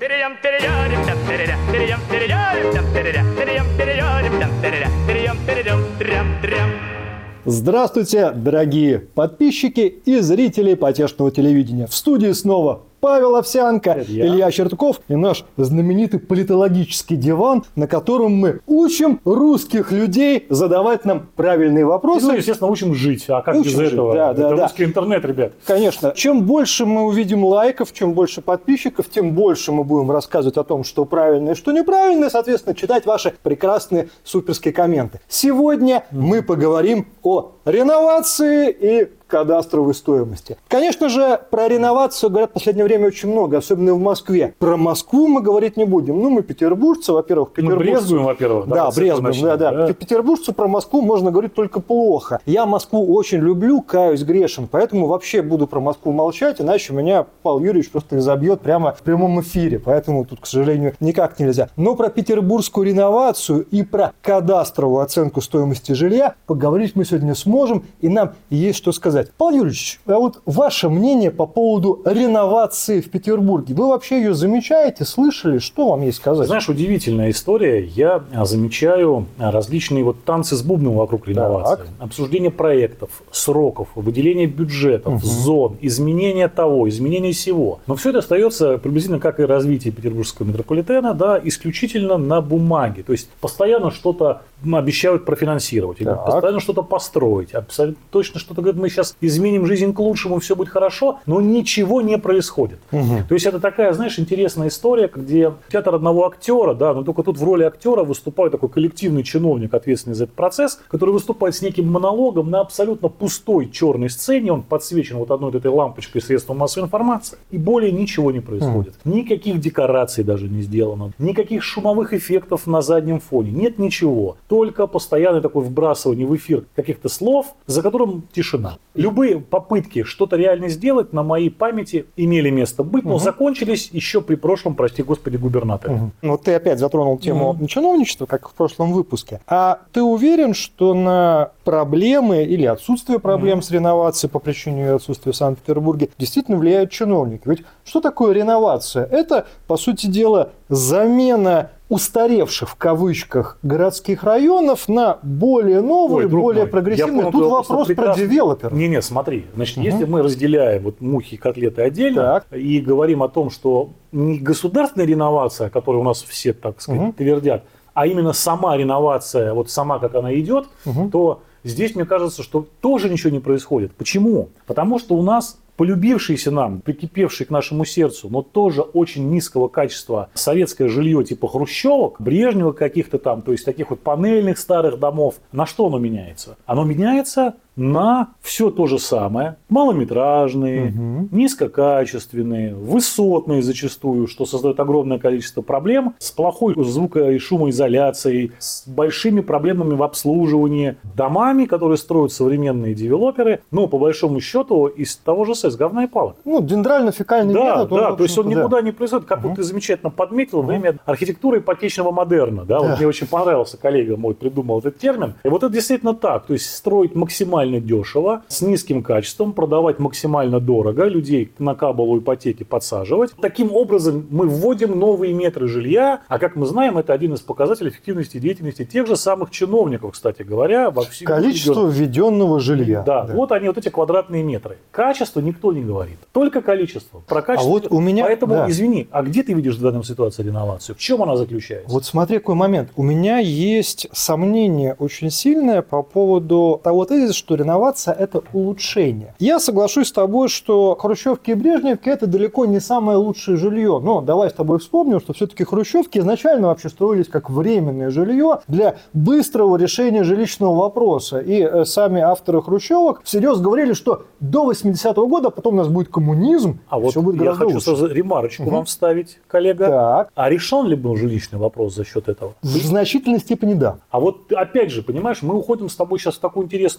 Здравствуйте, дорогие подписчики и зрители потешного телевидения. В студии снова Павел Овсянко, Илья Чертков и наш знаменитый политологический диван, на котором мы учим русских людей задавать нам правильные вопросы. Ну, естественно, учим жить. А как без этого? Это русский интернет, ребят. Конечно. Чем больше мы увидим лайков, чем больше подписчиков, тем больше мы будем рассказывать о том, что правильно и что неправильно, и, соответственно, читать ваши прекрасные суперские комменты. Сегодня мы поговорим о реновации и кадастровой стоимости. Конечно же, про реновацию говорят в последнее время очень много, особенно в Москве. Про Москву мы говорить не будем. Ну, мы петербуржцы, во-первых. Мы брезгуем, во-первых. Да, брезгуем, да. Петербуржцу про Москву можно говорить только плохо. Я Москву очень люблю, каюсь, грешен, поэтому вообще буду про Москву молчать, иначе меня Павел Юрьевич просто изобьет прямо в прямом эфире, поэтому тут, к сожалению, никак нельзя. Но про петербургскую реновацию и про кадастровую оценку стоимости жилья поговорить мы сегодня сможем, и нам есть что сказать. Павел Юрьевич, а вот ваше мнение по поводу реновации в Петербурге? Вы вообще ее замечаете, слышали? Что вам есть сказать? Знаешь, удивительная история. Я замечаю различные танцы с бубном вокруг реновации. Так. Обсуждение проектов, сроков, выделение бюджетов, зон, изменение того, изменение сего. Но все это остается приблизительно как и развитие петербургского метрополитена, да, исключительно на бумаге. То есть постоянно что-то обещают профинансировать, постоянно что-то построить, абсолютно точно что-то говорят, мы сейчас изменим жизнь к лучшему, все будет хорошо, но ничего не происходит. То есть это такая, знаешь, интересная история, где театр одного актера, да, но только тут в роли актера выступает такой коллективный чиновник, ответственный за этот процесс, который выступает с неким монологом на абсолютно пустой черной сцене, он подсвечен вот одной этой лампочкой средством массовой информации, и более ничего не происходит. Никаких декораций даже не сделано, никаких шумовых эффектов на заднем фоне, нет ничего. Только постоянное такое вбрасывание в эфир каких-то слов, за которым тишина. Любые попытки что-то реально сделать на моей памяти имели место быть, но закончились еще при прошлом, прости господи, губернаторе. Ну, ты опять затронул тему чиновничества, как в прошлом выпуске. А ты уверен, что на проблемы или отсутствие проблем с реновацией по причине ее отсутствия в Санкт-Петербурге действительно влияют чиновники? Ведь что такое реновация? Это, по сути дела, замена устаревших в кавычках городских районов на более новые, более прогрессивные. Тут вопрос про девелоперов. Не, смотри. Значит, если мы разделяем мухи и котлеты отдельно и говорим о том, что не государственная реновация, которую у нас все, так сказать, твердят, а именно сама реновация, сама как она идет, то здесь, мне кажется, что тоже ничего не происходит. Почему? Потому что у нас полюбившееся нам, прикипевшее к нашему сердцу, но тоже очень низкого качества советское жилье типа хрущевок, Брежнева каких-то там, то есть таких панельных старых домов, на что оно меняется? Оно меняется на все то же самое. Малометражные, низкокачественные, высотные зачастую, что создает огромное количество проблем, с плохой звуко- и шумоизоляцией, с большими проблемами в обслуживании, домами, которые строят современные девелоперы, но по большому счету из того же с говна и палок. Дендрально-фекальный метод. Да, то есть он никуда не происходит. Как ты замечательно подметил, время архитектуры ипотечного модерна. Да, мне очень понравился, коллега мой придумал этот термин. И это действительно так. То есть строить максимально дешево, с низким качеством, продавать максимально дорого, людей на кабалу ипотеки подсаживать. Таким образом мы вводим новые метры жилья, а как мы знаем, это один из показателей эффективности деятельности тех же самых чиновников, кстати говоря. Количество введенного жилья. Да, вот они, эти квадратные метры. Качество никто не говорит. Только количество. Про качество. У меня... Поэтому, извини, а где ты видишь в данной ситуации реновацию? В чем она заключается? Смотри, какой момент. У меня есть сомнение очень сильное по поводу того тезиса, что реновация – это улучшение. Я соглашусь с тобой, что хрущевки и брежневки – это далеко не самое лучшее жилье. Но давай с тобой вспомним, что все-таки хрущевки изначально вообще строились как временное жилье для быстрого решения жилищного вопроса. И сами авторы хрущевок всерьез говорили, что до 80-го года, потом у нас будет коммунизм, все будет гораздо лучше. Я хочу сразу ремарочку вам вставить, коллега. Так. А решен ли был жилищный вопрос за счет этого? В значительной степени да. А опять же, понимаешь, мы уходим с тобой сейчас в такую интересную историю.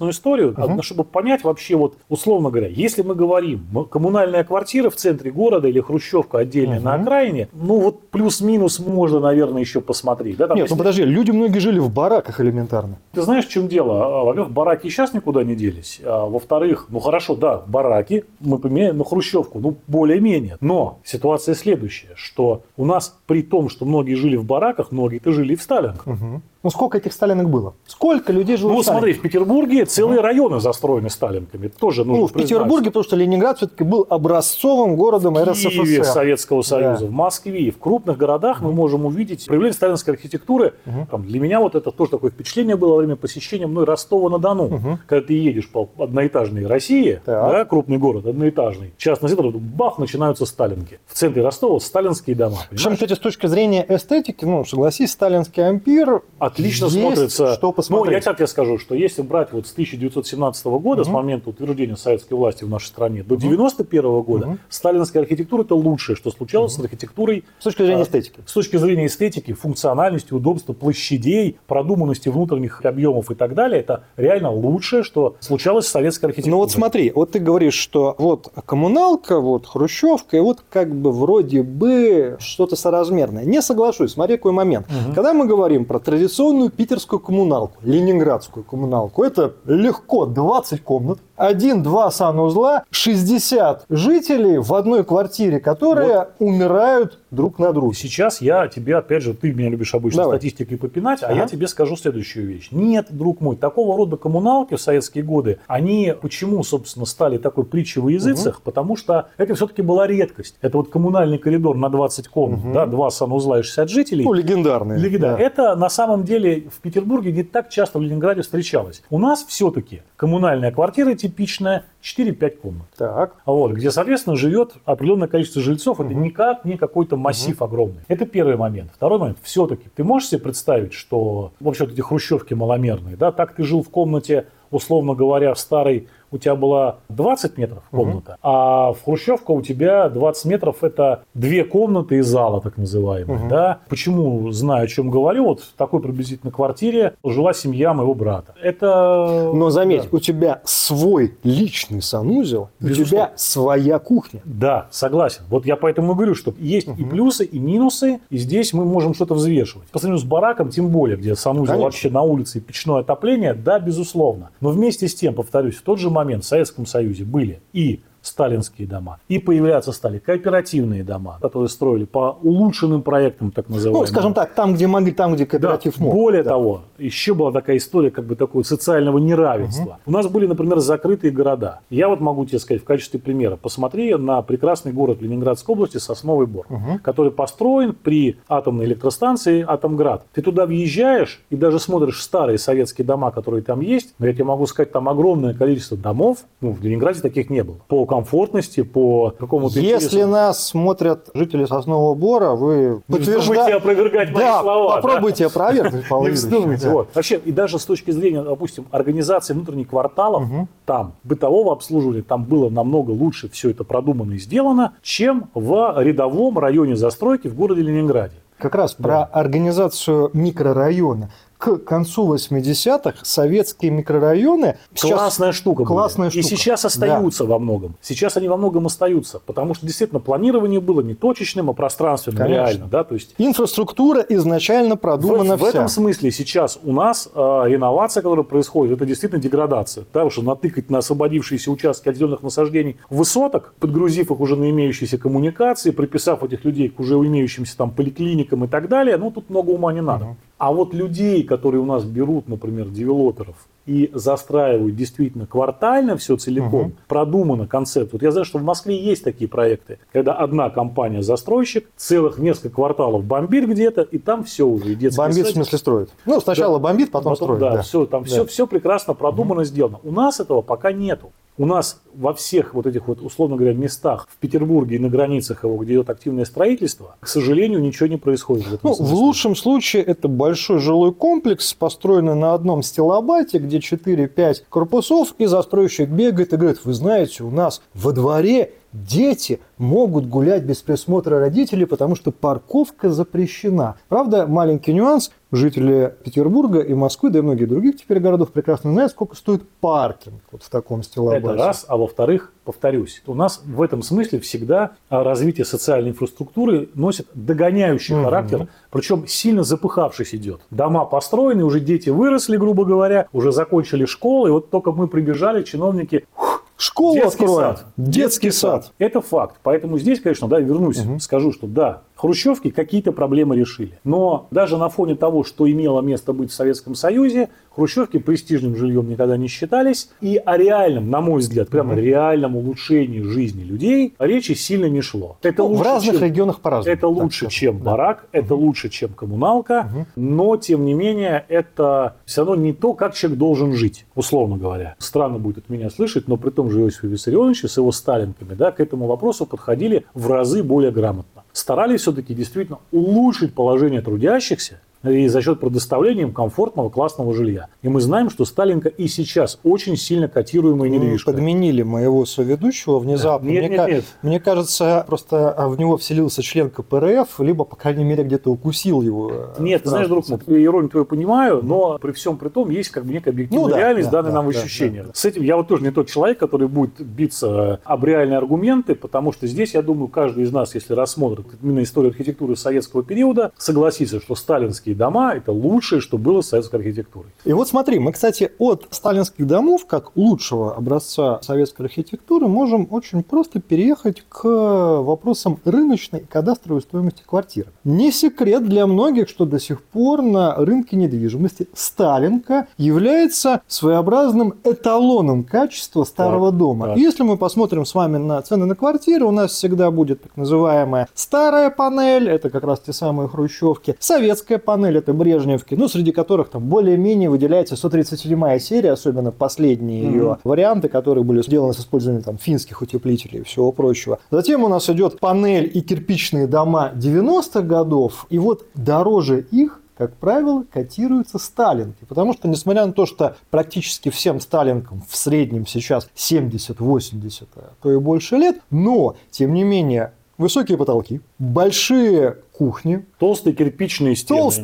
историю, чтобы понять вообще, вот, условно говоря, если мы говорим, коммунальная квартира в центре города или хрущевка отдельная на окраине, ну вот плюс-минус можно, наверное, еще посмотреть. Да, там, Нет, ну подожди, люди многие жили в бараках элементарно. Ты знаешь, в чем дело? Во-первых, бараки сейчас никуда не делись. Во-вторых, ну хорошо, да, бараки, мы поменяем на хрущевку, ну более-менее. Но ситуация следующая, что у нас при том, что многие жили в бараках, многие-то жили в сталинках. Ну сколько этих сталинок было? Сколько людей жило Ну в вот смотри, в Петербурге целые районы застроены сталинками. Тоже нужно в Петербурге, потому что Ленинград все-таки был образцовым городом в РСФСР. Киеве, Советского Союза, в Москве и в крупных городах мы можем увидеть проявление сталинской архитектуры. Там, для меня вот это тоже такое впечатление было во время посещения мной Ростова-на-Дону. Когда ты едешь по одноэтажной России, да, крупный город, одноэтажный, частный сектор, бах, начинаются сталинки. В центре Ростова сталинские дома. Причем, кстати, с точки зрения эстетики, ну, согласись, сталинский ампир отлично есть смотрится. Что посмотреть. Ну, я тебе скажу, что если брать вот с 1917 года, с момента утверждения советской власти в нашей стране, до 1991 года, сталинская архитектура – это лучшее, что случалось с архитектурой. С точки зрения эстетики. С точки зрения эстетики, функциональности, удобства площадей, продуманности внутренних объемов и так далее, это реально лучшее, что случалось с советской архитектурой. Ну вот смотри, вот ты говоришь, что вот коммуналка, вот хрущевка, и вот как бы вроде бы что-то соразмерное. Не соглашусь, смотри, какой момент. Когда мы говорим про традиционную питерскую коммуналку, ленинградскую коммуналку, это легко 20 комнат, 1-2 санузла, 60 жителей в одной квартире, которые умирают друг на друга. Сейчас я тебе, опять же, ты меня любишь обычно статистикой попинать, а я тебе скажу следующую вещь. Нет, друг мой, такого рода коммуналки в советские годы, они почему, собственно, стали такой притчей во языцах? Потому что это все-таки была редкость. Это вот коммунальный коридор на 20 комнат, да, 2 санузла и 60 жителей. Ну, легендарные. Да. Это на самом деле в Петербурге не так часто в Ленинграде встречалось. У нас все-таки коммунальная квартира типичная 4-5 комнат. Так. Вот, где, соответственно, живет определенное количество жильцов. Это никак не какой-то массив огромный. Это первый момент. Второй момент. Все-таки ты можешь себе представить, что вообще вот эти хрущевки маломерные, да, так ты жил в комнате, условно говоря, в старой, у тебя была 20 метров комната, а в хрущевка у тебя 20 метров это 2 комнаты и зала, так называемая. Да? Почему знаю, о чем говорю? Вот в такой приблизительно квартире жила семья моего брата. Это... Но заметь, у тебя свой личный санузел, у тебя своя кухня. Да, согласен. Вот я поэтому говорю, что есть и плюсы, и минусы, и здесь мы можем что-то взвешивать. По сравнению с бараком, тем более, где санузел вообще на улице и печное отопление, да, безусловно. Но вместе с тем, повторюсь, в тот же момент в Советском Союзе были и сталинские дома, и появляться стали кооперативные дома, которые строили по улучшенным проектам, так называемым. Ну, скажем так, там, где могли, там, где кооператив мог. Более того, еще была такая история, как бы такого социального неравенства. У нас были, например, закрытые города. Я вот могу тебе сказать в качестве примера, посмотри на прекрасный город Ленинградской области Сосновый Бор, который построен при атомной электростанции Атомград. Ты туда въезжаешь и даже смотришь старые советские дома, которые там есть, но я тебе могу сказать, там огромное количество домов, ну, в Ленинграде таких не было. По комфортности, по какому-то Если нас смотрят жители Соснового Бора, вы подтверждаете, опровергать мои слова. Попробуйте опровергнуть, Павел Не вздумайте. Вот. Вообще, и даже с точки зрения, допустим, организации внутренних кварталов, там, бытового обслуживания, там было намного лучше все это продумано и сделано, чем в рядовом районе застройки в городе Ленинграде. Как раз про организацию микрорайона. К концу 80-х советские микрорайоны... Классная штука. Классная штука. И сейчас остаются во многом. Сейчас они во многом остаются. Потому что действительно планирование было не точечным, а пространственным. Конечно. Реально. Да? То есть, инфраструктура изначально продумана в этом смысле сейчас у нас реновация, которая происходит, это действительно деградация. Да? Потому что натыкать на освободившиеся участки от зеленых насаждений высоток, подгрузив их уже на имеющиеся коммуникации, приписав этих людей к уже имеющимся там поликлиникам и так далее, ну тут много ума не надо. А вот людей, которые у нас берут, например, девелоперов и застраивают действительно квартально все целиком, продумано концепт. Вот я знаю, что в Москве есть такие проекты, когда одна компания-застройщик целых несколько кварталов бомбит где-то, и там все уже. И бомбит в смысле строит? Ну, сначала бомбит, потом строит. Да, все, там все прекрасно продумано, сделано. У нас этого пока нету. У нас во всех вот этих вот, условно говоря, местах в Петербурге и на границах его, где идет активное строительство, к сожалению, ничего не происходит. В лучшем случае это большой жилой комплекс, построенный на одном стилобате, где 4-5 корпусов, и застройщик бегает и говорит: вы знаете, у нас во дворе дети могут гулять без присмотра родителей, потому что парковка запрещена. Правда, маленький нюанс. Жители Петербурга и Москвы, да и многих других теперь городов прекрасно знают, сколько стоит паркинг вот в таком стилобасе. Это раз, а во-вторых, повторюсь, у нас в этом смысле всегда развитие социальной инфраструктуры носит догоняющий характер, причем сильно запыхавшись идет. Дома построены, уже дети выросли, грубо говоря, уже закончили школу, и вот только мы прибежали, чиновники... Школу откроем. Детский сад. Это факт. Поэтому здесь, конечно, да, вернусь, скажу, что да, хрущевки какие-то проблемы решили. Но даже на фоне того, что имело место быть в Советском Союзе, хрущевки престижным жильем никогда не считались. И о реальном, на мой взгляд, прямо реальном улучшении жизни людей речи сильно не шло. Это в разных регионах по-разному. Это лучше, чем барак, это лучше, чем коммуналка, но, тем не менее, это все равно не то, как человек должен жить, условно говоря. Странно будет от меня слышать, но при том же Иосифе Виссарионовиче с его сталинками, да, к этому вопросу подходили в разы более грамотно. Старались все-таки действительно улучшить положение трудящихся и за счет предоставления им комфортного, классного жилья. И мы знаем, что Сталинка и сейчас очень сильно котируемая недвижка. Подменили моего соведущего внезапно. Нет. Мне кажется, просто в него вселился член КПРФ, либо, по крайней мере, где-то укусил его. Нет, знаешь, друг мой, иронию твою понимаю, но при всем при том есть как бы некая объективная реальность, данная нам в ощущениях. С этим я вот тоже не тот человек, который будет биться об реальные аргументы, потому что здесь, я думаю, каждый из нас, если рассмотрит именно историю архитектуры советского периода, согласится, что сталинские дома – это лучшее, что было с советской архитектурой. И вот смотри, мы, кстати, от сталинских домов, как лучшего образца советской архитектуры, можем очень просто переехать к вопросам рыночной и кадастровой стоимости квартиры. Не секрет для многих, что до сих пор на рынке недвижимости Сталинка является своеобразным эталоном качества старого дома. Так. Если мы посмотрим с вами на цены на квартиры, у нас всегда будет так называемая старая панель, это как раз те самые хрущевки, советская панель, это брежневки, ну, среди которых там более-менее выделяется 137-я серия, особенно последние ее варианты, которые были сделаны с использованием там финских утеплителей и всего прочего. Затем у нас идет панель и кирпичные дома 90-х годов, и вот дороже их, как правило, котируются сталинки. Потому что, несмотря на то, что практически всем сталинкам в среднем сейчас 70-80, а то и больше лет, но, тем не менее, высокие потолки, большие кухни, толстые кирпичные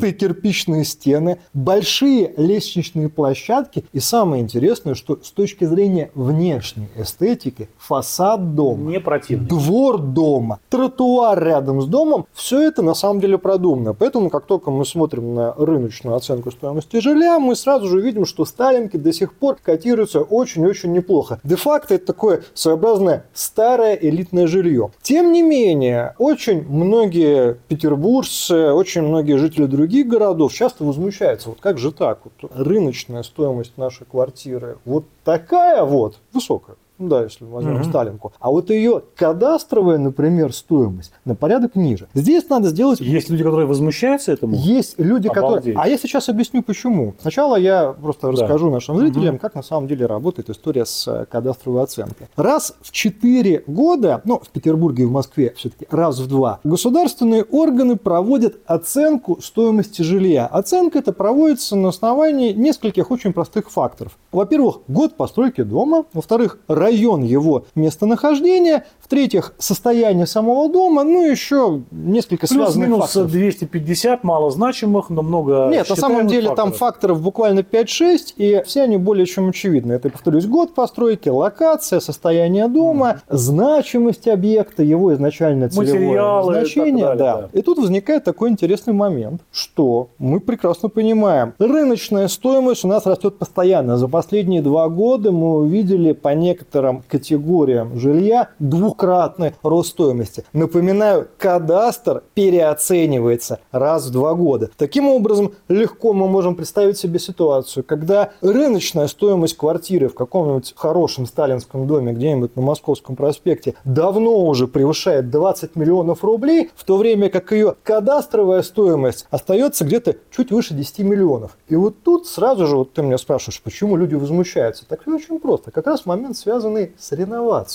стены, большие лестничные площадки. И самое интересное, что с точки зрения внешней эстетики, фасад дома, не противный, двор дома, тротуар рядом с домом, все это на самом деле продумано. Поэтому, как только мы смотрим на рыночную оценку стоимости жилья, мы сразу же видим, что сталинки до сих пор котируются очень-очень неплохо. Де-факто это такое своеобразное старое элитное жилье. Тем не менее, очень многие петербуржцы, очень многие жители других городов часто возмущаются. Вот как же так? Вот рыночная стоимость нашей квартиры вот такая вот, высокая. Ну да, если мы возьмем Сталинку. А вот ее кадастровая, например, стоимость на порядок ниже. Здесь надо сделать... Есть люди, которые возмущаются этому? Есть люди, которые... А я сейчас объясню, почему. Сначала я просто расскажу нашим зрителям, как на самом деле работает история с кадастровой оценкой. Раз в 4 года, ну, в Петербурге и в Москве все-таки раз в 2, государственные органы проводят оценку стоимости жилья. Оценка эта проводится на основании нескольких очень простых факторов. Во-первых, год постройки дома. Во-вторых, район его местонахождения, в-третьих, состояние самого дома, ну, еще несколько связанных факторов. 250 малозначимых, но много. Нет, на самом деле там факторов буквально 5-6, и все они более чем очевидны. Это, повторюсь, год постройки, локация, состояние дома, значимость объекта, его изначальное целевое значение. И, да. И тут возникает такой интересный момент, что мы прекрасно понимаем, рыночная стоимость у нас растет постоянно. За последние 2 года мы увидели по некоторым категориям жилья двукратный рост стоимости. Напоминаю, кадастр переоценивается раз в 2 года. Таким образом, легко мы можем представить себе ситуацию, когда рыночная стоимость квартиры в каком-нибудь хорошем сталинском доме, где-нибудь на Московском проспекте, давно уже превышает 20 миллионов рублей, в то время как ее кадастровая стоимость остается где-то чуть выше 10 миллионов. И вот тут сразу же, вот ты меня спрашиваешь, почему люди возмущаются. Так все очень просто. Как раз момент, связанный с реновацией.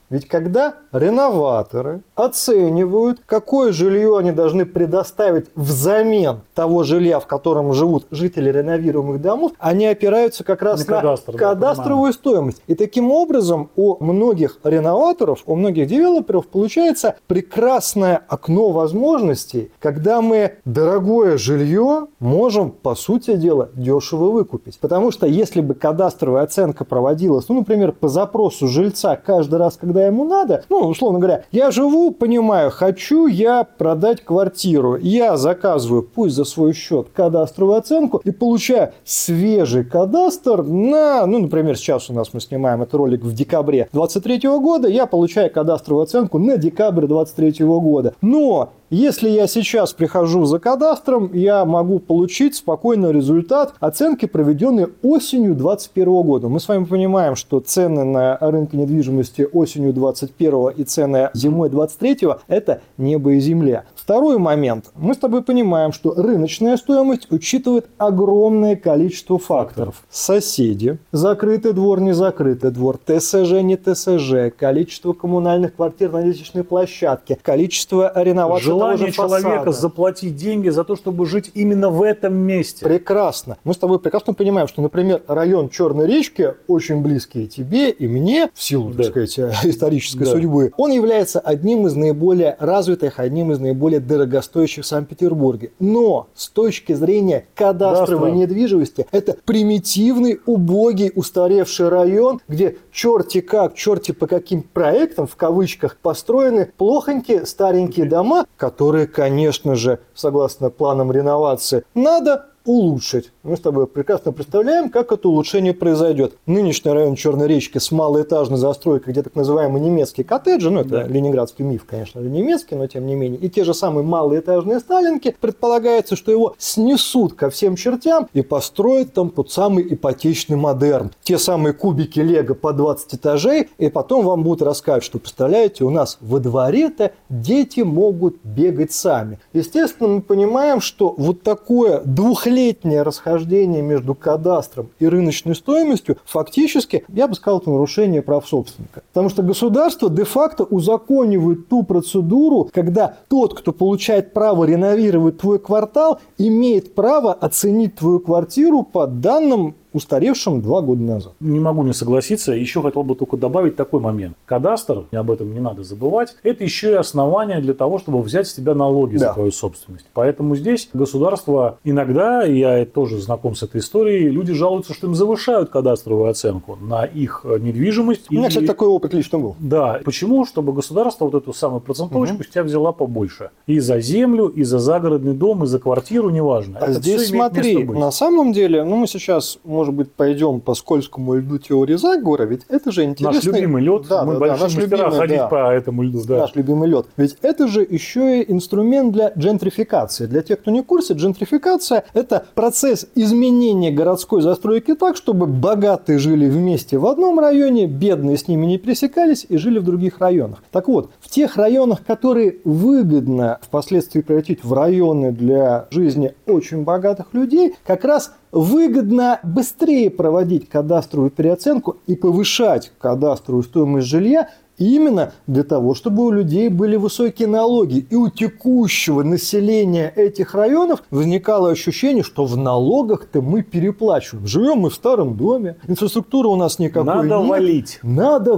Ведь когда реноваторы оценивают, какое жилье они должны предоставить взамен того жилья, в котором живут жители реновируемых домов, они опираются как раз на кадастровую стоимость. И таким образом у многих реноваторов, у многих девелоперов получается прекрасное окно возможностей, когда мы дорогое жилье можем, по сути дела, дешево выкупить. Потому что если бы кадастровая оценка проводилась, например, по запросу жильца каждый раз, когда ему надо, условно говоря, я живу, понимаю, хочу я продать квартиру, я заказываю, пусть за свой счет, кадастровую оценку и получаю свежий кадастр на, например, сейчас у нас мы снимаем этот ролик в декабре 2023 года, я получаю кадастровую оценку на декабрь 2023 года. Но если я сейчас прихожу за кадастром, я могу получить спокойно результат оценки, проведенной осенью 2021 года. Мы с вами понимаем, что цены на рынке недвижимости осенью 2021 и цены зимой 2023 – это небо и земля. Второй момент. Мы с тобой понимаем, что рыночная стоимость учитывает огромное количество факторов. Соседи, закрытый двор, не закрытый двор, ТСЖ, не ТСЖ, количество коммунальных квартир на лестничной площадке, количество реновации. Желание человека заплатить деньги за то, чтобы жить именно в этом месте. Прекрасно. Мы с тобой прекрасно понимаем, что, например, район Черной речки, очень близкий тебе и мне, в силу, так сказать, исторической судьбы, он является одним из наиболее развитых, одним из наиболее дорогостоящих в Санкт-Петербурге. Но с точки зрения кадастровой недвижимости, это примитивный, убогий, устаревший район, где черти по каким проектам, в кавычках, построены плохонькие старенькие дома, которые, конечно же, согласно планам реновации, надо улучшить. Мы с тобой прекрасно представляем, как это улучшение произойдет. Нынешний район Черной речки с малоэтажной застройкой, где так называемые немецкие коттеджи, это ленинградский миф, конечно же, немецкий, но тем не менее, и те же самые малоэтажные сталинки, предполагается, что его снесут ко всем чертям и построят там тот самый ипотечный модерн. Те самые кубики лего по 20 этажей, и потом вам будут рассказывать, что, представляете, у нас во дворе-то дети могут бегать сами. Естественно, мы понимаем, что вот такое двухлетнее расхождение между кадастром и рыночной стоимостью фактически, я бы сказал, это нарушение прав собственника. Потому что государство де-факто узаконивает ту процедуру, когда тот, кто получает право реновировать твой квартал, имеет право оценить твою квартиру по данным, устаревшим 2 года назад. Не могу не согласиться. Еще хотел бы только добавить такой момент. Кадастр, и об этом не надо забывать, это еще и основание для того, чтобы взять с тебя налоги за твою собственность. Поэтому здесь государство иногда, я тоже знаком с этой историей, люди жалуются, что им завышают кадастровую оценку на их недвижимость. У меня, кстати, такой опыт лично был. Да. Почему? Чтобы государство вот эту самую процентовочку с тебя взяла побольше. И за землю, и за загородный дом, и за квартиру, неважно. А здесь смотри, на самом деле, мы сейчас, может быть, пойдем по скользкому льду теории заговора, ведь это же интересно. Наш любимый лед, мы большие мастера ходить по этому льду. Да. Наш любимый лед. Ведь это же еще и инструмент для джентрификации. Для тех, кто не в курсе, джентрификация – это процесс изменения городской застройки так, чтобы богатые жили вместе в одном районе, бедные с ними не пересекались и жили в других районах. Так вот, в тех районах, которые выгодно впоследствии превратить в районы для жизни очень богатых людей, как раз выгодно быстрее проводить кадастровую переоценку и повышать кадастровую стоимость жилья именно для того, чтобы у людей были высокие налоги. И у текущего населения этих районов возникало ощущение, что в налогах-то мы переплачиваем. Живем мы в старом доме, инфраструктуры у нас никакой нет. Надо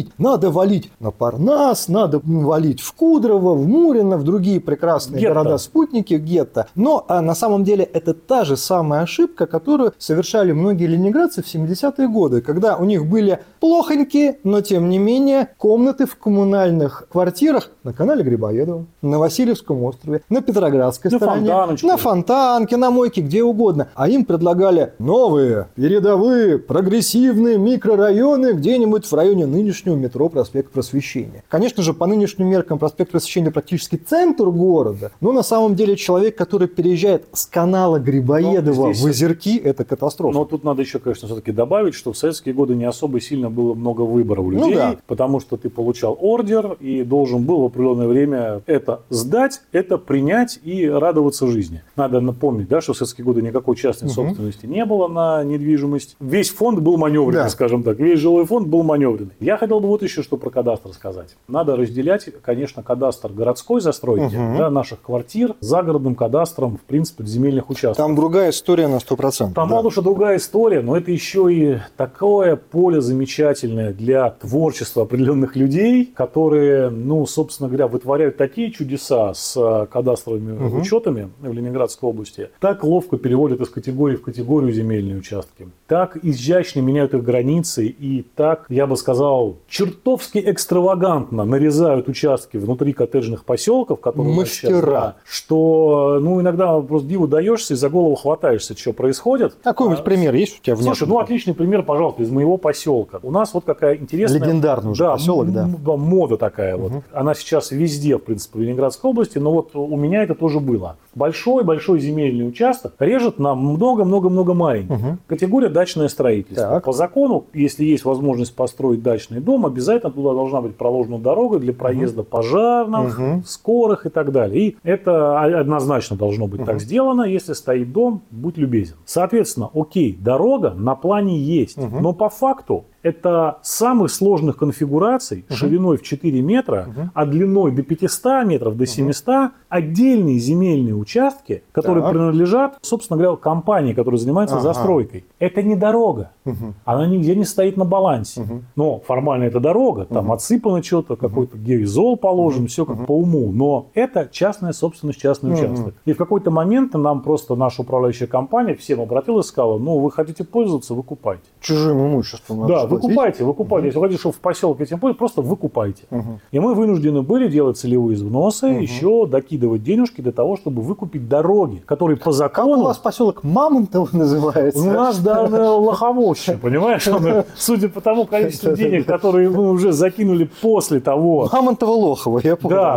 валить на Парнас, надо валить в Кудрово, в Мурино, в другие прекрасные города-спутники, гетто. Но на самом деле это та же самая ошибка, которую совершали многие ленинградцы в 70-е годы, когда у них были плохонькие, но тем не менее комнаты в коммунальных квартирах на канале Грибоедова, на Васильевском острове, на Петроградской стороне, на Фонтанке, на Мойке, где угодно. А им предлагали новые, передовые, прогрессивные микрорайоны где-нибудь в районе нынешнего метро Проспект Просвещения. Конечно же, по нынешним меркам Проспект Просвещения практически центр города, но на самом деле человек, который переезжает с канала Грибоедова в Озерки, это катастрофа. Но тут надо еще, конечно, все-таки добавить, что в советские годы не особо сильно было много выбора у людей, потому что ты получал ордер и должен был в определенное время это сдать, это принять и радоваться жизни. Надо напомнить, да, что в советские годы никакой частной собственности не было на недвижимость. Весь фонд был маневренный, скажем так. Весь жилой фонд был маневренный. Я хотел бы вот еще что про кадастр сказать. Надо разделять, конечно, кадастр городской застройки, да, наших квартир, с загородным кадастром, в принципе, земельных участков. Там другая история на 100%. Там мало что другая история, но это еще и такое поле замечательное для творчества определенных людей, которые, ну, собственно говоря, вытворяют такие чудеса с кадастровыми учетами в Ленинградской области, так ловко переводят из категории в категорию земельные участки, так изящно меняют их границы и так, я бы сказал, чертовски экстравагантно нарезают участки внутри коттеджных поселков, которые мастера, что, ну, иногда просто диву даешься и за голову хватаешься, что происходит. Какой-нибудь пример есть у тебя? Слушай, ну, отличный пример, пожалуйста, из моего поселка. У нас вот какая интересная... Легендарный уже поселок, да. Мода такая вот. Она сейчас везде, в принципе, в Ленинградской области, но вот у меня это тоже было. Большой-большой земельный участок режет на много-много-много маленьких. Категория дачное строительство. Так. По закону, если есть возможность построить дачный дом, обязательно туда должна быть проложена дорога для проезда пожарных, скорых и так далее. И это однозначно должно быть так сделано. Если стоит дом, будь любезен. Соответственно, окей, дорога на плане есть, но по факту это самых сложных конфигураций шириной в 4 метра, а длиной до 500 метров, до 700 отдельные земельные участки, которые принадлежат, собственно говоря, компании, которая занимается застройкой. Это не дорога. Она нигде не стоит на балансе. Но формально это дорога, там отсыпано что-то, какой-то геозол положен, все как по уму. Но это частная собственность, частный участок. И в какой-то момент нам просто наша управляющая компания всем обратилась и сказала: ну, вы хотите пользоваться, выкупайте. Чужим имуществом. Да, выкупайте. Если хотите, чтобы в поселке этим пользоваться, просто выкупайте. И мы вынуждены были делать целевые взносы, еще докидывать денежки для того, чтобы выкупить дороги, которые по закону... Как у вас поселок Мамонтово называется? У нас, да, Лоховощина, понимаешь? Судя по тому количеству денег, которые мы уже закинули после того... Мамонтово-Лохово, я понял.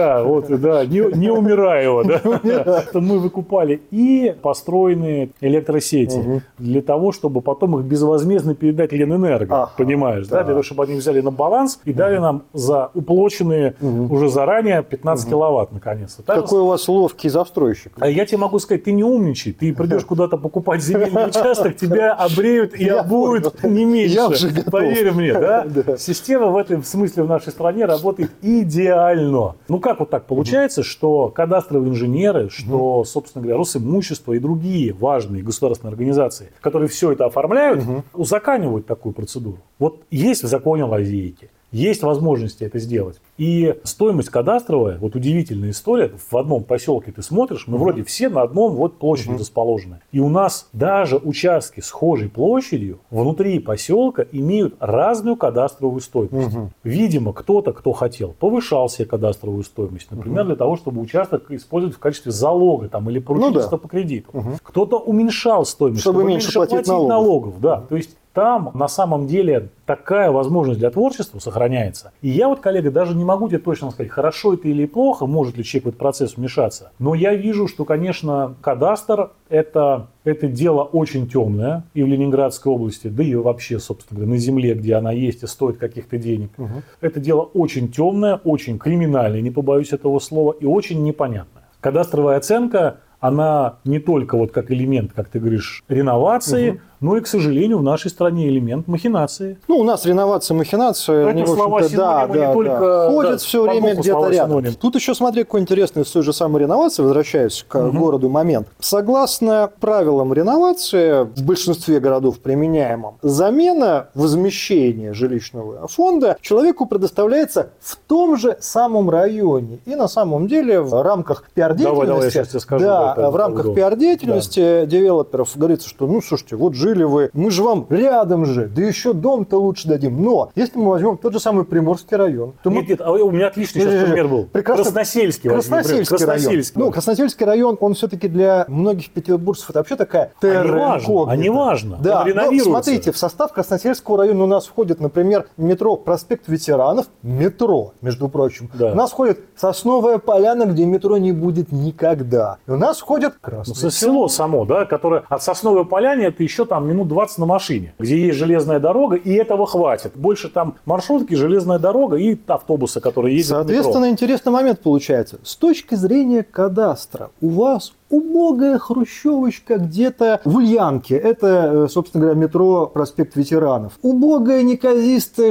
Не Умираева, да. Мы выкупали и построенные электросети для того, чтобы потом их безвозмездно передать Ленэнерго, понимаешь, да, для того, чтобы они взяли на баланс и дали нам за уплоченные уже заранее 15 киловатт, наконец-то. Какой у вас ловкий застройщик. А я тебе могу сказать, ты не умничай, ты придешь куда-то покупать земельный участок, тебя обреют и обуют не меньше, поверь мне, да? Система в этом смысле в нашей стране работает идеально. Ну как вот так получается, что кадастровые инженеры, что, собственно говоря, Росимущество и другие важные государственные организации, которые все это оформляют, узаконивают такую процедуру. Вот есть в законе лазейки. Есть возможности это сделать. И стоимость кадастровая, вот удивительная история, в одном поселке ты смотришь, мы вроде все на одном вот площади расположены. И у нас даже участки схожей площадью внутри поселка имеют разную кадастровую стоимость. Видимо, кто-то, кто хотел, повышал себе кадастровую стоимость, например, для того, чтобы участок использовать в качестве залога там, или поручительства по кредиту. Кто-то уменьшал стоимость, чтобы меньше платить налогов. Да. То есть там на самом деле такая возможность для творчества сохраняется. И я вот, коллега, даже не могу тебе точно сказать, хорошо это или плохо, может ли человек в этот процесс вмешаться. Но я вижу, что, конечно, кадастр это дело очень темное и в Ленинградской области, да и вообще, собственно говоря, на земле, где она есть и стоит каких-то денег. Это дело очень темное, очень криминальное, не побоюсь этого слова, и очень непонятное. Кадастровая оценка, она не только вот как элемент, как ты говоришь, реновации, но и, к сожалению, в нашей стране элемент махинации. Ну, у нас реновация, махинация, они, в общем-то, ходят все время где-то рядом. Тут еще смотри, какой интересный с той же самой реновации, возвращаясь к городу момент. Согласно правилам реновации, в большинстве городов применяемым, замена возмещения жилищного фонда человеку предоставляется в том же самом районе. И на самом деле в рамках пиар-деятельности, девелоперов говорится, что, ну, слушайте, вот жили вы, мы же вам рядом же, да еще дом-то лучше дадим. Но если мы возьмем тот же самый Приморский район, то нет, у меня отличный сейчас пример был. Красносельский район. Ну, Красносельский район, он все-таки для многих петербуржцев это вообще такая терра инкогнита. А не важно. Да, но смотрите, в состав Красносельского района у нас входит, например, метро Проспект Ветеранов, метро, между прочим. Да. У нас входит Сосновая Поляна, где метро не будет никогда. И у нас входит Красное село само, да, которое от Сосновой Поляны это еще там там минут 20 на машине, где есть железная дорога, и этого хватит. Больше там маршрутки, железная дорога и автобусы, которые ездят в метро. Соответственно, интересный момент получается. С точки зрения кадастра, у вас убогая хрущевочка где-то в Ульянке. Это, собственно говоря, метро «Проспект ветеранов». Убогая, неказистая,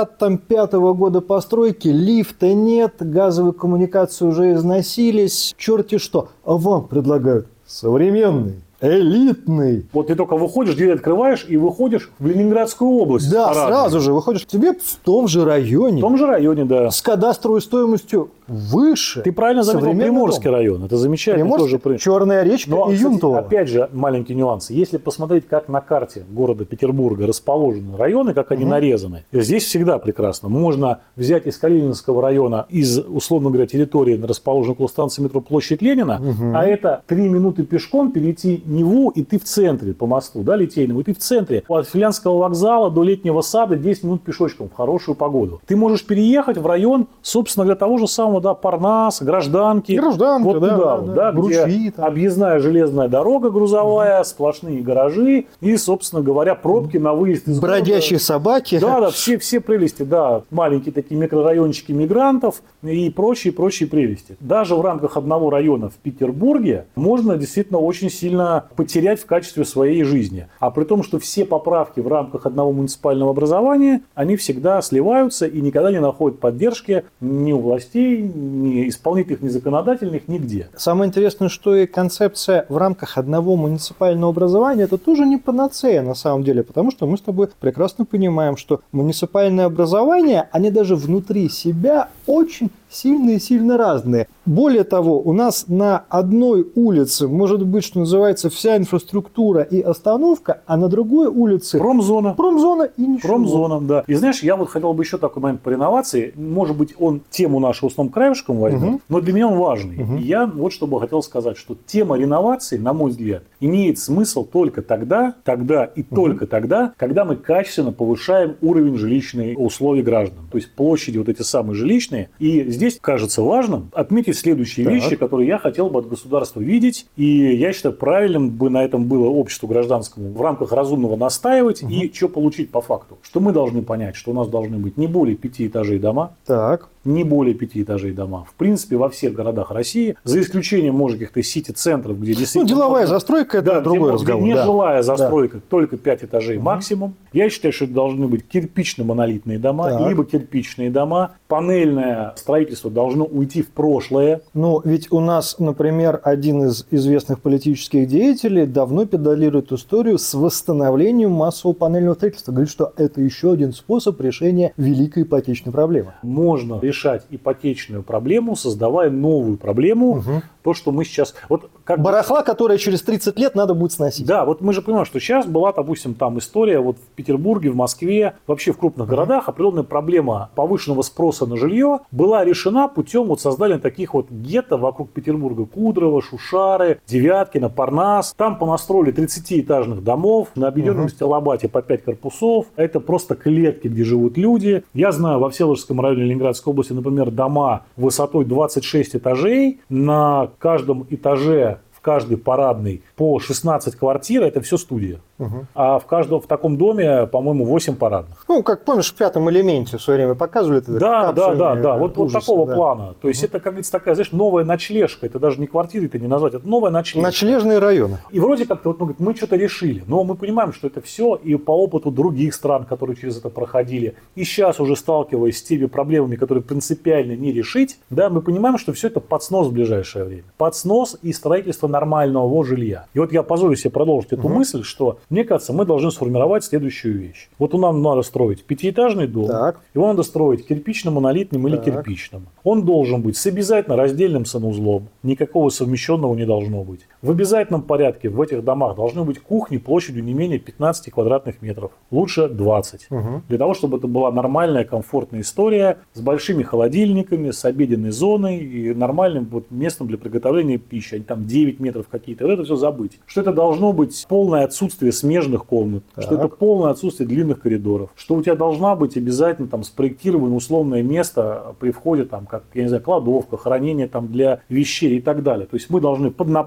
65-го года постройки, лифта нет, газовые коммуникации уже износились. Черти что. А вам предлагают современный, элитный. Вот ты только выходишь, дверь открываешь и выходишь в Ленинградскую область. Да, парадную. сразу же выходишь. Тебе в том же районе. В том же районе, да. С кадастровой стоимостью выше. Ты правильно заметил, Приморский район. Это замечательно тоже. Черная речка Но, и кстати, Юнтово. опять же, маленький нюанс. Если посмотреть, как на карте города Петербурга расположены районы, как они нарезаны, здесь всегда прекрасно. Можно взять из Калининского района, из, условно говоря, территории, расположенной около станции метро Площадь Ленина, а это 3 минуты пешком перейти Неву, и ты в центре по мосту, да, Литейному, и ты в центре. От Филянского вокзала до Летнего сада 10 минут пешочком в хорошую погоду. Ты можешь переехать в район, собственно, для того же самого, да, Парнас, Гражданки. Гражданка, вот да, туда, да, где Гручи, там. объездная железная дорога грузовая, сплошные гаражи и, собственно говоря, пробки на выезд из города. Бродячие собаки. Да, все прелести, да, маленькие такие микрорайончики мигрантов и прочие прелести. Даже в рамках одного района в Петербурге можно действительно очень сильно потерять в качестве своей жизни. А при том, что все поправки в рамках одного муниципального образования, они всегда сливаются и никогда не находят поддержки ни у властей, ни исполнительных, ни законодательных, нигде. Самое интересное, что и концепция в рамках одного муниципального образования, это тоже не панацея на самом деле, потому что мы с тобой прекрасно понимаем, что муниципальное образование, они даже внутри себя очень сильно разные. Более того, у нас на одной улице может быть, что называется, вся инфраструктура и остановка, а на другой улице Промзона. Промзона и ничего. Промзона, да. И знаешь, я вот хотел бы еще такой момент по реновации. Может быть, он тему нашу основным краешком возьмет, но для меня он важный. И я вот что бы хотел сказать, что тема реновации, на мой взгляд, имеет смысл только тогда и только тогда, когда мы качественно повышаем уровень жилищных условий граждан. То есть площади вот эти самые жилищные. И здесь кажется важным отметить следующие вещи, которые я хотел бы от государства видеть. И я считаю, правильным бы на этом было обществу гражданскому в рамках разумного настаивать и что получить по факту. Что мы должны понять, что у нас должны быть не более 5 этажей дома. Так. Не более 5 этажей дома. В принципе, во всех городах России, за исключением, может, каких-то сити-центров, где действительно... деловая застройка – это другой разговор. Где нежилая застройка, только 5 этажей максимум. Я считаю, что это должны быть кирпично-монолитные дома, либо кирпичные дома. Панельное строительство должно уйти в прошлое. Ну, ведь у нас, например, один из известных политических деятелей давно педалирует историю с восстановлением массового панельного строительства. Говорит, что это еще один способ решения великой ипотечной проблемы. Можно решать ипотечную проблему, создавая новую проблему. То, что мы сейчас... Вот как барахла, которая через 30 лет надо будет сносить. Да, вот мы же понимаем, что сейчас была, допустим, там история вот в Петербурге, в Москве, вообще в крупных городах определенная проблема повышенного спроса на жилье была решена путем вот создания таких вот гетто вокруг Петербурга. Кудрово, Шушары, Девяткино, Парнас. Там понастроили 30-этажных домов на объединенном Стилобате по 5 корпусов. Это просто клетки, где живут люди. Я знаю, во Всеволожском районе Ленинградской области, например, дома высотой 26 этажей. На каждом этаже, в каждой парадной по 16 квартир, это все студия. А в таком доме, по-моему, 8 парадных. Ну, как помнишь, в «Пятом элементе» в свое время показывали это. Да. Вот такого плана. То есть это, как говорится, такая, знаешь, новая ночлежка. Это даже не квартиры, это не назвать, это новая ночлежка. Ночлежные районы. И вроде как-то вот, мы что-то решили. Но мы понимаем, что это все и по опыту других стран, которые через это проходили. И сейчас уже сталкиваясь с теми проблемами, которые принципиально не решить, да, мы понимаем, что все это под снос в ближайшее время. Под снос и строительство нормального жилья. И вот я позволю себе продолжить эту мысль, что мне кажется, мы должны сформировать следующую вещь. Вот нам надо строить 5-этажный дом, его надо строить кирпично-монолитным или кирпичным. Он должен быть с обязательно раздельным санузлом, никакого совмещенного не должно быть. В обязательном порядке в этих домах должны быть кухни площадью не менее 15 квадратных метров, лучше 20. Для того, чтобы это была нормальная, комфортная история с большими холодильниками, с обеденной зоной и нормальным вот местом для приготовления пищи. Они там 9 метров какие-то, вот это все забыть. Что это должно быть полное отсутствие смежных комнат, что это полное отсутствие длинных коридоров, что у тебя должна быть обязательно там спроектировано условное место при входе, там, как, я не знаю, кладовка, хранение там для вещей и так далее. То есть мы должны поднапрячься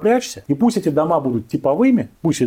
И пусть эти дома будут типовыми,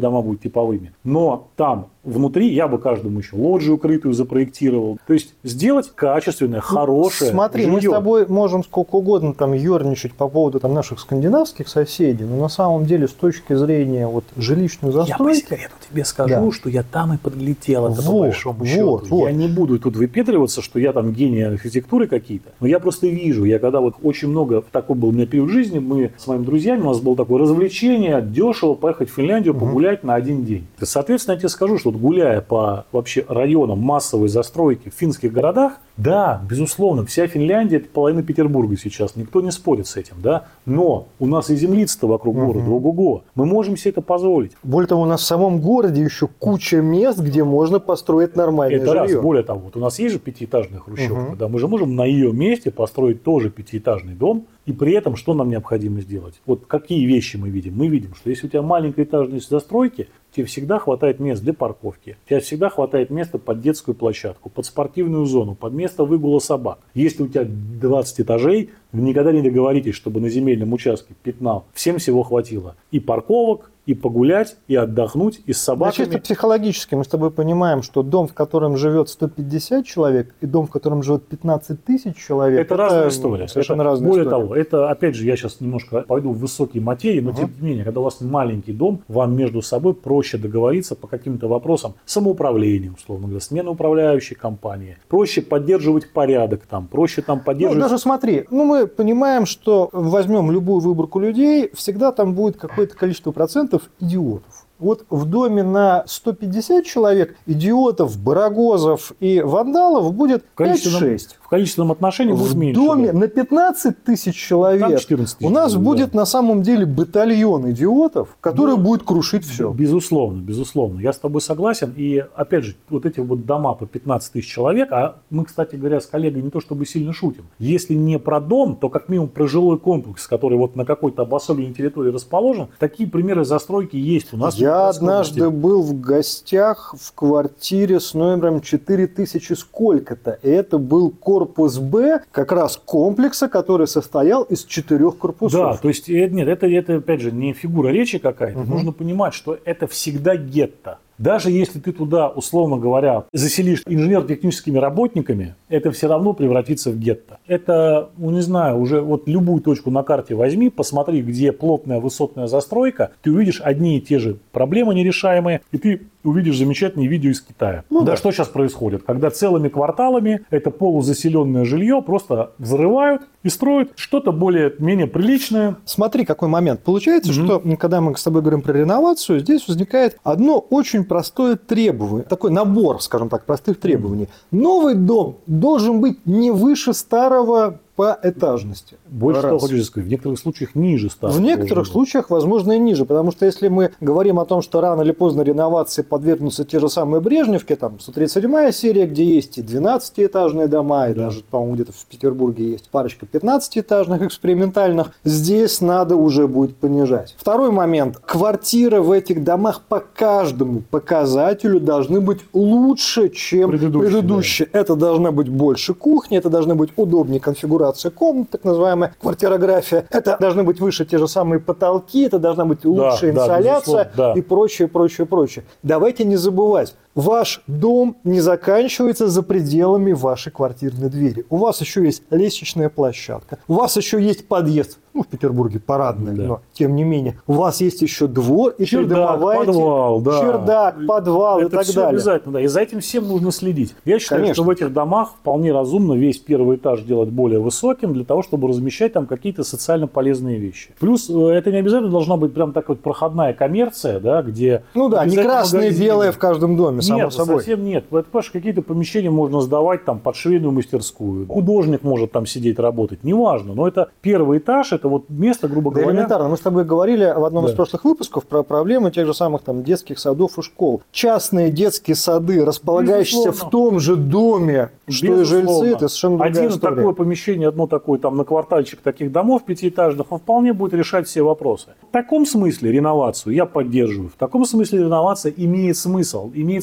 но там внутри я бы каждому еще лоджию укрытую запроектировал. То есть сделать качественное, хорошее Смотри, жилье. мы с тобой можем сколько угодно там ерничать по поводу там, наших скандинавских соседей, но на самом деле с точки зрения вот, жилищной Я по застройки... секрету тебе скажу, что я там и подлетел, это по большому счету. вот. Я не буду тут выпендриваться, что я там гений архитектуры какие-то, но я просто вижу, я когда вот очень много, такой был у меня период жизни, мы с моими друзьями, у нас было такое развлечение, дешево поехать в Финляндию, погулять на один день. И, соответственно, я тебе скажу, что вот гуляя по вообще районам массовой застройки в финских городах, да, безусловно, вся Финляндия – это половина Петербурга сейчас, никто не спорит с этим, да, но у нас и землица-то вокруг города, ого-го, мы можем себе это позволить. Более того, у нас в самом городе еще куча мест, где можно построить нормальное Это жилье. раз, более того, вот у нас есть же пятиэтажная хрущевка, да, мы же можем на ее месте построить тоже пятиэтажный дом, и при этом что нам необходимо сделать? Вот какие вещи мы видим? Мы видим, что если у тебя маленькая этажность застройки, тебе всегда хватает мест для парковки, тебе всегда хватает места под детскую площадку, под спортивную зону, под место выгула собак. Если у тебя 20 этажей, вы никогда не договоритесь, чтобы на земельном участке пятнал. Всем всего хватило. И парковок, и погулять, и отдохнуть, и с собаками. Чисто психологически мы с тобой понимаем, что дом, в котором живет 150 человек, и дом, в котором живет 15 тысяч человек, это разная история. Совершенно разная Более история. того, это, опять же, я сейчас немножко пойду в высокие материи, но тем не менее, когда у вас маленький дом, вам между собой проще договориться по каким-то вопросам самоуправления, условно говоря, смены управляющей компании, проще поддерживать порядок там, проще там поддерживать... Даже смотри, мы понимаем, что возьмем любую выборку людей, всегда там будет какое-то количество процентов идиотов. Вот в доме на 150 человек идиотов, барагозов и вандалов будет 5-6. В количественном отношении будет меньше. В доме на 15 тысяч человек Там 14 тысяч у нас будет, будет на самом деле батальон идиотов, который будет крушить все. Безусловно, безусловно. Я с тобой согласен. И опять же, вот эти вот дома по 15 тысяч человек, а мы, кстати говоря, с коллегой не то чтобы сильно шутим. Если не про дом, то как минимум про жилой комплекс, который вот на какой-то обособленной территории расположен. Такие примеры застройки есть у нас. Я однажды был в гостях в квартире с номером 4000 сколько-то. И это был корпус Б, как раз комплекса, который состоял из 4 корпусов. Да, то есть, нет, это опять же не фигура речи какая-то. Нужно понимать, что это всегда гетто. Даже если ты туда, условно говоря, заселишь инженерно-техническими работниками, это все равно превратится в гетто. Это, не знаю, уже вот любую точку на карте возьми, посмотри, где плотная высотная застройка, ты увидишь одни и те же проблемы нерешаемые, и ты увидишь замечательные видео из Китая. Да, что сейчас происходит? Когда целыми кварталами это полузаселенное жилье просто взрывают и строят что-то более-менее приличное. Смотри, какой момент. Получается, что когда мы с тобой говорим про реновацию, здесь возникает одно очень простое требование, такой набор, скажем так, простых требований. Новый дом должен быть не выше старого по этажности. Больше того, хочу сказать, в некоторых случаях ниже старого. В некоторых случаях, возможно, и ниже, потому что если мы говорим о том, что рано или поздно реновации подвергнутся те же самые Брежневки, там 137-я серия, где есть и 12-этажные дома, и даже, по-моему, где-то в Петербурге есть парочка 15-этажных экспериментальных, здесь надо уже будет понижать. Второй момент. Квартиры в этих домах по каждому показателю должны быть лучше, чем предыдущие. Да. Это должна быть больше кухни, это должна быть удобнее конфигурация комнат, так называемая квартирография. Это должны быть выше те же самые потолки, это должна быть лучшая инсоляция и прочее, прочее, прочее. Давайте не забывать. Ваш дом не заканчивается за пределами вашей квартирной двери. У вас еще есть лестничная площадка, у вас еще есть подъезд, в Петербурге парадный, но тем не менее. У вас есть еще двор и придомовая подвал, чердак, подвал это и так все далее. Обязательно, да. И за этим всем нужно следить. Я считаю, что в этих домах вполне разумно весь первый этаж делать более высоким для того, чтобы размещать там какие-то социально полезные вещи. Плюс это не обязательно должна быть прям такая вот проходная коммерция, да, где... не красное и белое в каждом доме. Само нет, собой. Совсем нет. Понимаешь, какие-то помещения можно сдавать там под швейную мастерскую. Художник может там сидеть, работать. Неважно. Но это первый этаж, это вот место, грубо говоря... Элементарно. Мы с тобой говорили в одном из прошлых выпусков про проблемы тех же самых там детских садов и школ. Частные детские сады, располагающиеся в том же доме, что и жильцы, это совершенно другая история. Такое помещение, одно такое там на квартальчик таких домов пятиэтажных, он вполне будет решать все вопросы. В таком смысле реновацию я поддерживаю. В таком смысле реновация имеет смысл. Имеет смысл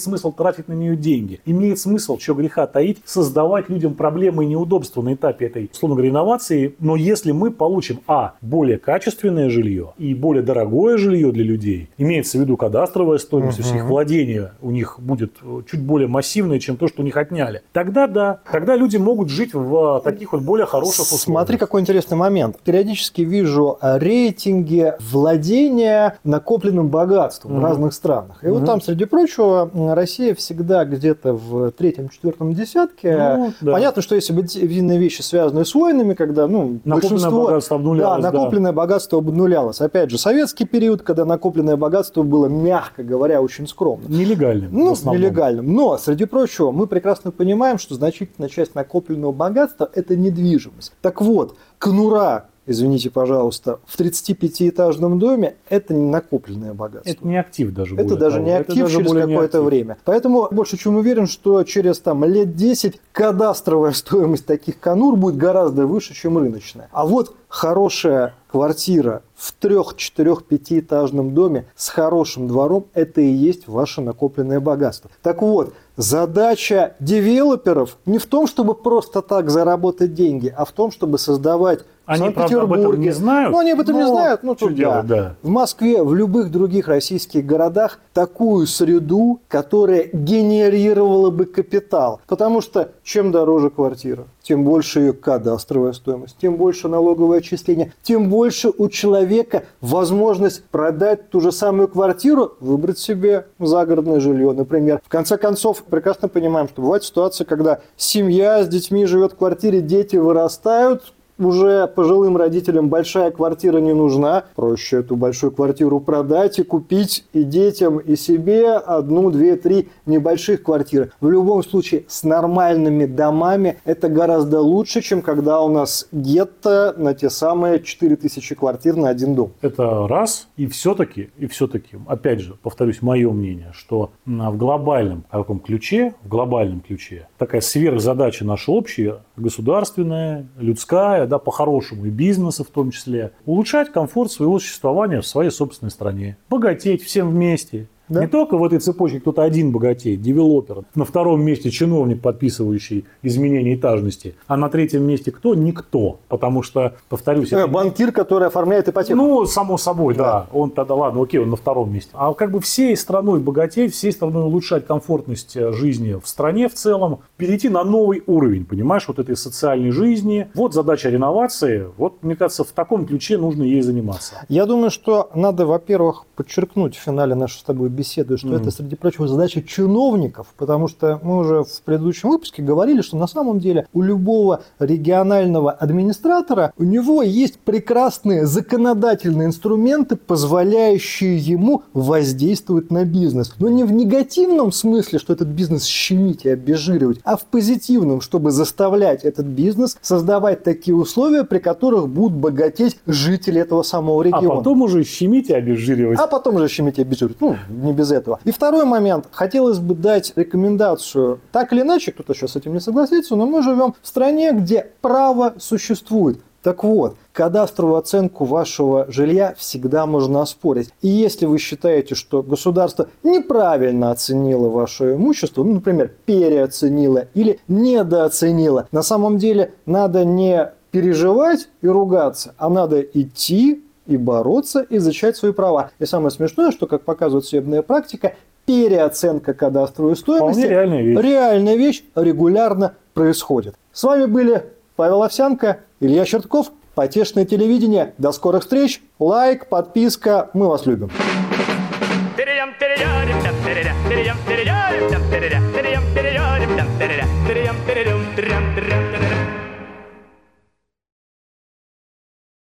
смысл тратить на нее деньги. Имеет смысл, что греха таить, создавать людям проблемы и неудобства на этапе этой, условно говоря, инновации. Но если мы получим, более качественное жилье и более дорогое жилье для людей, имеется в виду кадастровая стоимость, то есть их владение у них будет чуть более массивное, чем то, что у них отняли, тогда да, тогда люди могут жить в таких вот более хороших условиях. Смотри, какой интересный момент. Периодически вижу рейтинги владения накопленным богатством в разных странах. И вот там, среди прочего, Россия всегда где-то в 3-4 десятке. Понятно, что есть объективные вещи, связанные с войнами, когда накопленное богатство обнулялось. Да, накопленное богатство обнулялось. Опять же, советский период, когда накопленное богатство было, мягко говоря, очень скромным. Нелегальным. Нелегальным. Но, среди прочего, мы прекрасно понимаем, что значительная часть накопленного богатства – это недвижимость. Так вот, конура, извините, пожалуйста, в 35-этажном доме – это не накопленное богатство. Это не актив даже. Это даже не актив через какое-то время. Поэтому больше чем уверен, что через лет 10 кадастровая стоимость таких конур будет гораздо выше, чем рыночная. А вот хорошая квартира в 3-4-5-этажном доме с хорошим двором – это и есть ваше накопленное богатство. Так вот, задача девелоперов не в том, чтобы просто так заработать деньги, а в том, чтобы создавать в Санкт-Петербурге. Об этом не знают. Они об этом не знают. Тут делать, да. В Москве, в любых других российских городах такую среду, которая генерировала бы капитал. Потому что чем дороже квартира, тем больше ее кадастровая стоимость, тем больше налоговое отчисление, тем больше у человека возможность продать ту же самую квартиру, выбрать себе загородное жилье, например. В конце концов, прекрасно понимаем, что бывает ситуация, когда семья с детьми живет в квартире, дети вырастают, уже пожилым родителям большая квартира не нужна. Проще эту большую квартиру продать и купить и детям, и себе 1, 2, 3 небольших квартиры. В любом случае, с нормальными домами это гораздо лучше, чем когда у нас гетто на те самые 4000 квартир на один дом. Это раз. И все-таки, опять же, повторюсь, мое мнение, что в глобальном ключе такая сверхзадача наша общая, государственная, людская, по-хорошему, и бизнеса в том числе, улучшать комфорт своего существования в своей собственной стране, богатеть всем вместе. Да? Не только в этой цепочке кто-то один богатеет, девелопер, на втором месте чиновник, подписывающий изменения этажности, а на третьем месте кто? Никто. Потому что, повторюсь... банкир, который оформляет ипотеку. Само собой, да. Он тогда, ладно, окей, он на втором месте. А всей страной богатеть, всей страной улучшать комфортность жизни в стране в целом, перейти на новый уровень, понимаешь, вот этой социальной жизни. Вот задача реновации. Вот, мне кажется, в таком ключе нужно ей заниматься. Я думаю, что надо, во-первых, подчеркнуть в финале нашей с тобой беседу, что это, среди прочего, задача чиновников, потому что мы уже в предыдущем выпуске говорили, что на самом деле у любого регионального администратора у него есть прекрасные законодательные инструменты, позволяющие ему воздействовать на бизнес. Но не в негативном смысле, что этот бизнес щемить и обезжиривать, а в позитивном, чтобы заставлять этот бизнес создавать такие условия, при которых будут богатеть жители этого самого региона. А потом уже щемить и обезжиривать. Не без этого. И второй момент. Хотелось бы дать рекомендацию. Так или иначе, кто-то сейчас с этим не согласится, но мы живем в стране, где право существует. Так вот, кадастровую оценку вашего жилья всегда можно оспорить. И если вы считаете, что государство неправильно оценило ваше имущество, например, переоценило или недооценило, на самом деле надо не переживать и ругаться, а надо идти и бороться, и защищать свои права. И самое смешное, что, как показывает судебная практика, переоценка кадастровой стоимости реальная вещь регулярно происходит. С вами были Павел Овсянко, Илья Чертков, Потешное телевидение. До скорых встреч. Лайк, подписка. Мы вас любим.